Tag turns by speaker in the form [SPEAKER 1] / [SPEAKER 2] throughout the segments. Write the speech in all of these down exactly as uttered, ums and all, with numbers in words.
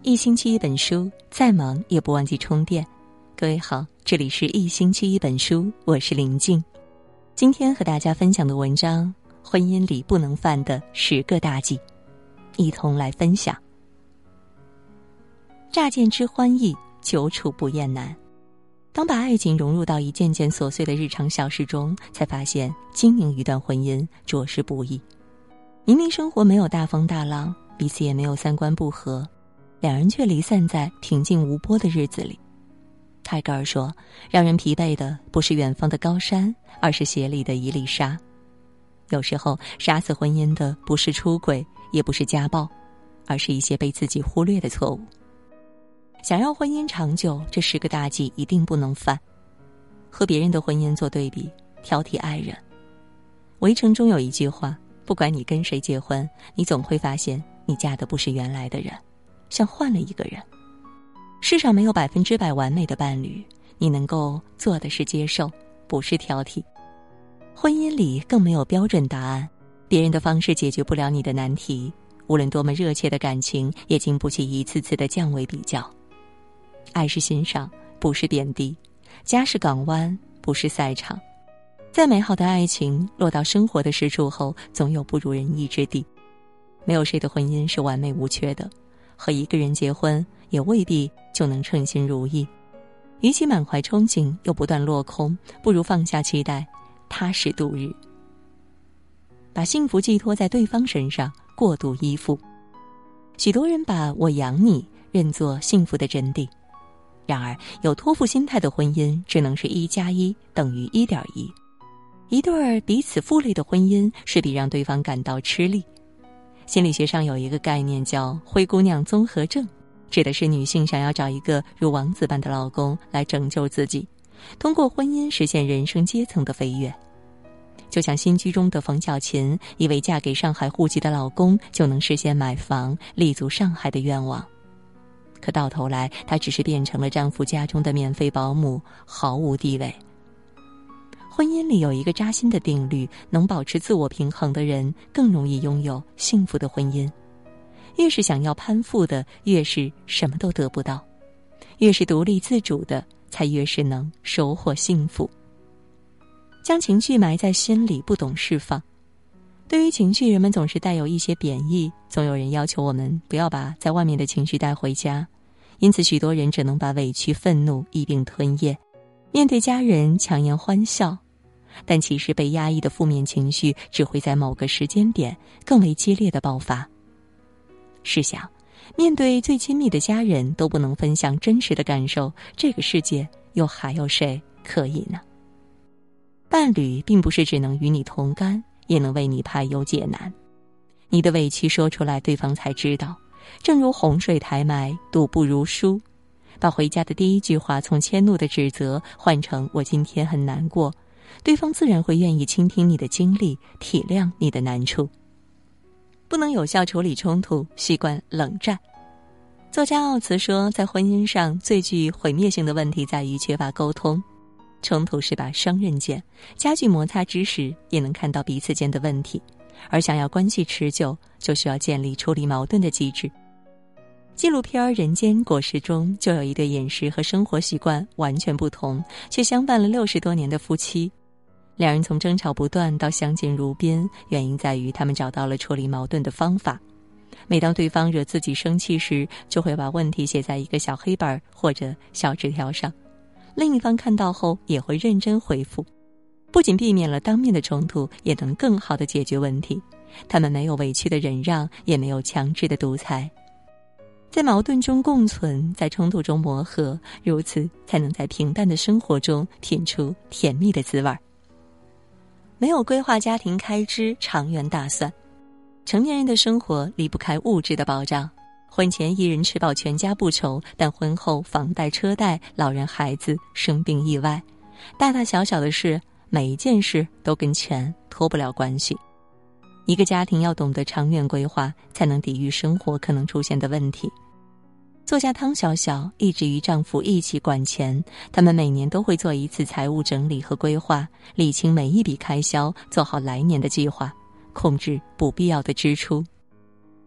[SPEAKER 1] 一星期一本书，再忙也不忘记充电。各位好，这里是一星期一本书，我是林静。今天和大家分享的文章，婚姻里不能犯的十个大忌，一同来分享。乍见之欢意，久处不厌难。当把爱情融入到一件件琐碎的日常小事中，才发现经营一段婚姻着实不易。明明生活没有大风大浪，彼此也没有三观不合，两人却离散在平静无波的日子里。泰戈尔说，让人疲惫的不是远方的高山，而是鞋里的一粒沙。有时候杀死婚姻的不是出轨，也不是家暴，而是一些被自己忽略的错误。想要婚姻长久，这十个大忌一定不能犯。和别人的婚姻做对比，挑剔爱人。围城中有一句话，不管你跟谁结婚，你总会发现你嫁的不是原来的人，像换了一个人。世上没有百分之百完美的伴侣，你能够做的是接受，不是挑剔。婚姻里更没有标准答案，别人的方式解决不了你的难题，无论多么热切的感情，也经不起一次次的降维比较。爱是欣赏，不是贬低；家是港湾，不是赛场。再美好的爱情，落到生活的实处后，总有不如人意之地。没有谁的婚姻是完美无缺的，和一个人结婚，也未必就能称心如意。与其满怀憧憬又不断落空，不如放下期待，踏实度日。把幸福寄托在对方身上，过度依附。许多人把我养你认作幸福的真谛，然而有托付心态的婚姻只能是一加一等于一点一。一对儿彼此负累的婚姻势必让对方感到吃力。心理学上有一个概念叫灰姑娘综合症，指的是女性想要找一个如王子般的老公来拯救自己，通过婚姻实现人生阶层的飞跃。就像新居中的冯小琴，以为嫁给上海户籍的老公就能实现买房立足上海的愿望，可到头来她只是变成了丈夫家中的免费保姆，毫无地位。婚姻里有一个扎心的定律，能保持自我平衡的人更容易拥有幸福的婚姻。越是想要攀附的，越是什么都得不到；越是独立自主的，才越是能收获幸福。将情绪埋在心里，不懂释放。对于情绪，人们总是带有一些贬义，总有人要求我们不要把在外面的情绪带回家，因此许多人只能把委屈、愤怒一并吞咽，面对家人强颜欢笑。但其实被压抑的负面情绪只会在某个时间点更为激烈的爆发。试想，面对最亲密的家人都不能分享真实的感受，这个世界又还有谁可以呢？伴侣并不是只能与你同甘，也能为你排忧解难。你的委屈说出来，对方才知道。正如洪水抬埋，堵不如疏。把回家的第一句话从迁怒的指责换成我今天很难过，对方自然会愿意倾听你的经历，体谅你的难处。不能有效处理冲突，习惯冷战。作家奥茨说，在婚姻上最具毁灭性的问题在于缺乏沟通。冲突是把双刃剑，加剧摩擦之时也能看到彼此间的问题，而想要关系持久，就需要建立处理矛盾的机制。纪录片《人间果实》中就有一对饮食和生活习惯完全不同，却相伴了六十多年的夫妻。两人从争吵不断到相敬如宾，原因在于他们找到了处理矛盾的方法。每当对方惹自己生气时，就会把问题写在一个小黑板或者小纸条上，另一方看到后也会认真回复。不仅避免了当面的冲突，也能更好地解决问题。他们没有委屈的忍让，也没有强制的独裁。在矛盾中共存，在冲突中磨合，如此才能在平淡的生活中品出甜蜜的滋味。没有规划家庭开支，长远打算。成年人的生活离不开物质的保障，婚前一人吃饱全家不愁，但婚后房贷车贷、老人孩子、生病意外，大大小小的事，每一件事都跟钱脱不了关系。一个家庭要懂得长远规划，才能抵御生活可能出现的问题。作家汤小小一直与丈夫一起管钱，他们每年都会做一次财务整理和规划，理清每一笔开销，做好来年的计划，控制不必要的支出。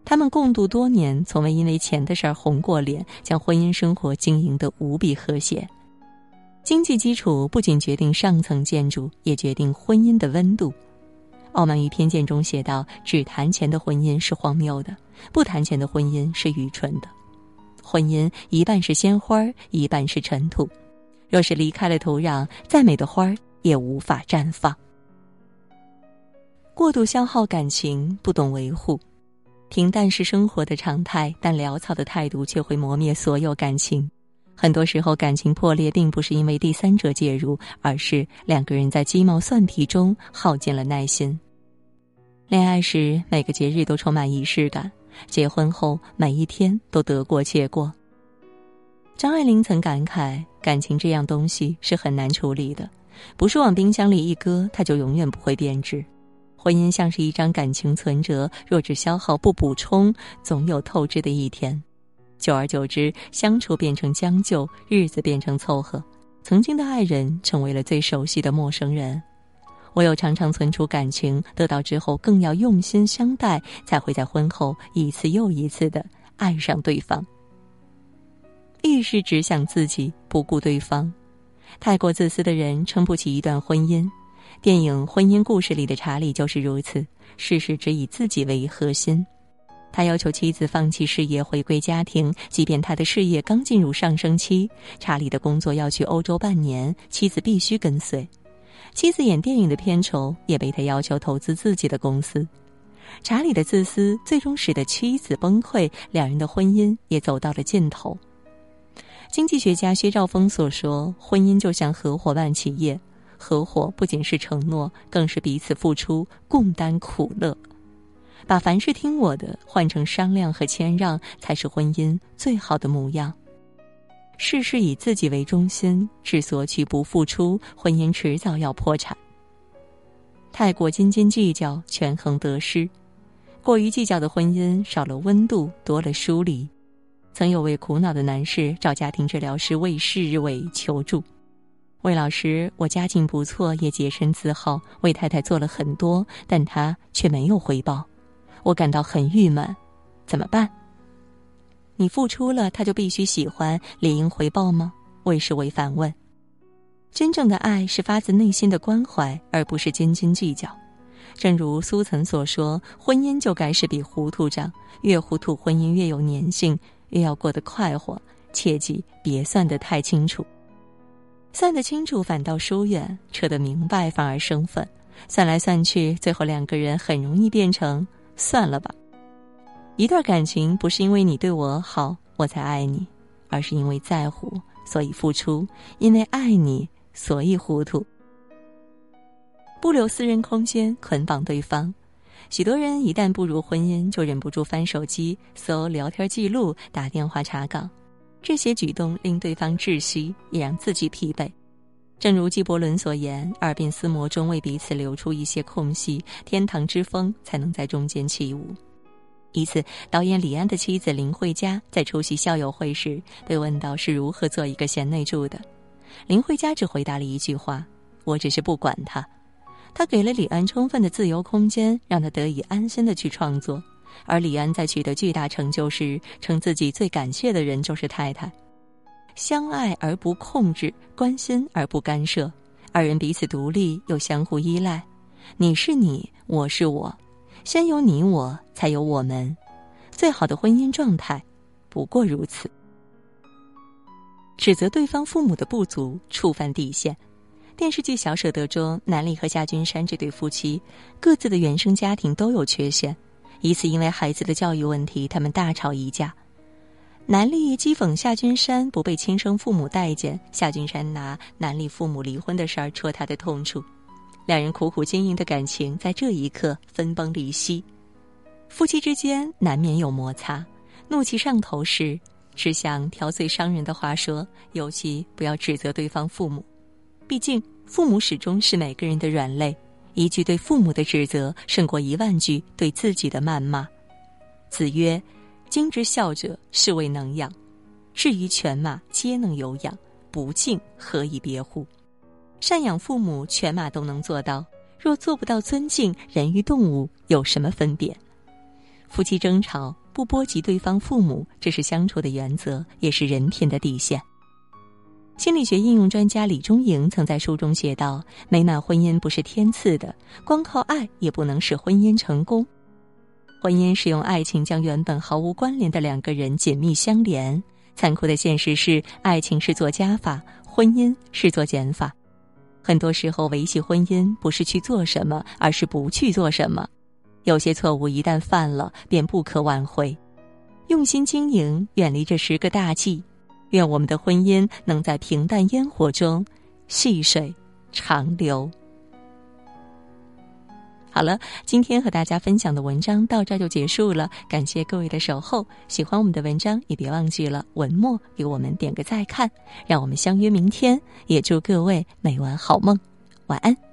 [SPEAKER 1] 他们共度多年，从未因为钱的事儿红过脸，将婚姻生活经营得无比和谐。经济基础不仅决定上层建筑，也决定婚姻的温度。傲慢与偏见中写道，只谈钱的婚姻是荒谬的，不谈钱的婚姻是愚蠢的。婚姻一半是鲜花，一半是尘土，若是离开了土壤，再美的花也无法绽放。过度消耗感情，不懂维护。平淡是生活的常态，但潦草的态度却会磨灭所有感情。很多时候感情破裂并不是因为第三者介入，而是两个人在鸡毛蒜皮中耗尽了耐心。恋爱时每个节日都充满仪式感，结婚后每一天都得过且过。张爱玲曾感慨，感情这样东西是很难处理的，不是往冰箱里一搁它就永远不会变质。婚姻像是一张感情存折，若只消耗不补充，总有透支的一天。久而久之，相处变成将就，日子变成凑合，曾经的爱人成为了最熟悉的陌生人。唯有常常存储感情，得到之后更要用心相待，才会在婚后一次又一次地爱上对方。遇事只想自己，不顾对方。太过自私的人撑不起一段婚姻。电影《婚姻故事》里的查理就是如此，事事只以自己为核心。他要求妻子放弃事业，回归家庭，即便他的事业刚进入上升期，查理的工作要去欧洲半年，妻子必须跟随。妻子演电影的片酬也被他要求投资自己的公司。查理的自私最终使得妻子崩溃，两人的婚姻也走到了尽头。经济学家薛兆丰所说，婚姻就像合伙办企业，合伙不仅是承诺，更是彼此付出，共担苦乐。把凡事听我的换成商量和谦让，才是婚姻最好的模样。事事以自己为中心，只索取不付出，婚姻迟早要破产。太过斤斤计较，权衡得失。过于计较的婚姻少了温度，多了疏离。曾有位苦恼的男士找家庭治疗师魏世伟求助。魏老师，我家境不错，也洁身自好，为太太做了很多，但她却没有回报，我感到很郁闷，怎么办？你付出了，她就必须喜欢，理应回报吗？魏世伟反问。真正的爱是发自内心的关怀，而不是斤斤计较。正如苏岑所说，婚姻就该是比糊涂账，越糊涂婚姻越有粘性，越要过得快活，切记别算得太清楚。算得清楚反倒疏远，扯得明白反而生分，算来算去，最后两个人很容易变成算了吧。一段感情不是因为你对我好我才爱你，而是因为在乎所以付出，因为爱你所以糊涂。不留私人空间，捆绑对方。许多人一旦步入婚姻，就忍不住翻手机搜聊天记录，打电话查岗。这些举动令对方窒息，也让自己疲惫。正如纪伯伦所言，耳鬓厮磨中为彼此留出一些空隙，天堂之风才能在中间起舞。一次，导演李安的妻子林慧嘉在出席校友会时被问到是如何做一个贤内助的，林慧嘉只回答了一句话：我只是不管他。他给了李安充分的自由空间，让他得以安心地去创作。而李安在取得巨大成就时，称自己最感谢的人就是太太。相爱而不控制，关心而不干涉，二人彼此独立又相互依赖。你是你，我是我，先有你我，才有我们。最好的婚姻状态不过如此。指责对方父母的不足，触犯底线。电视剧《小舍得》中，南俪和夏君山这对夫妻各自的原生家庭都有缺陷，一次因为孩子的教育问题，他们大吵一架。南俪讥讽夏君山不被亲生父母待见，夏君山拿南俪父母离婚的事儿戳他的痛处，两人苦苦经营的感情在这一刻分崩离析。夫妻之间难免有摩擦，怒气上头时，只想挑最伤人的话说，尤其不要指责对方父母。毕竟父母始终是每个人的软肋，一句对父母的指责胜过一万句对自己的谩骂。子曰：今之孝者，是谓能养。至于犬马，皆能有养，不敬何以别乎？赡养父母，犬马都能做到，若做不到尊敬，人与动物有什么分别？ 夫妻争吵不波及对方父母，这是相处的原则，也是人品的底线。心理学应用专家李忠营曾在书中写道，美满婚姻不是天赐的，光靠爱也不能使婚姻成功。婚姻是用爱情将原本毫无关联的两个人紧密相连，残酷的现实是，爱情是做加法，婚姻是做减法。很多时候维系婚姻不是去做什么，而是不去做什么。有些错误一旦犯了，便不可挽回。用心经营，远离这十个大忌。愿我们的婚姻能在平淡烟火中细水长流。好了，今天和大家分享的文章到这就结束了，感谢各位的守候。喜欢我们的文章，也别忘记了文末给我们点个再看，让我们相约明天，也祝各位每晚好梦，晚安。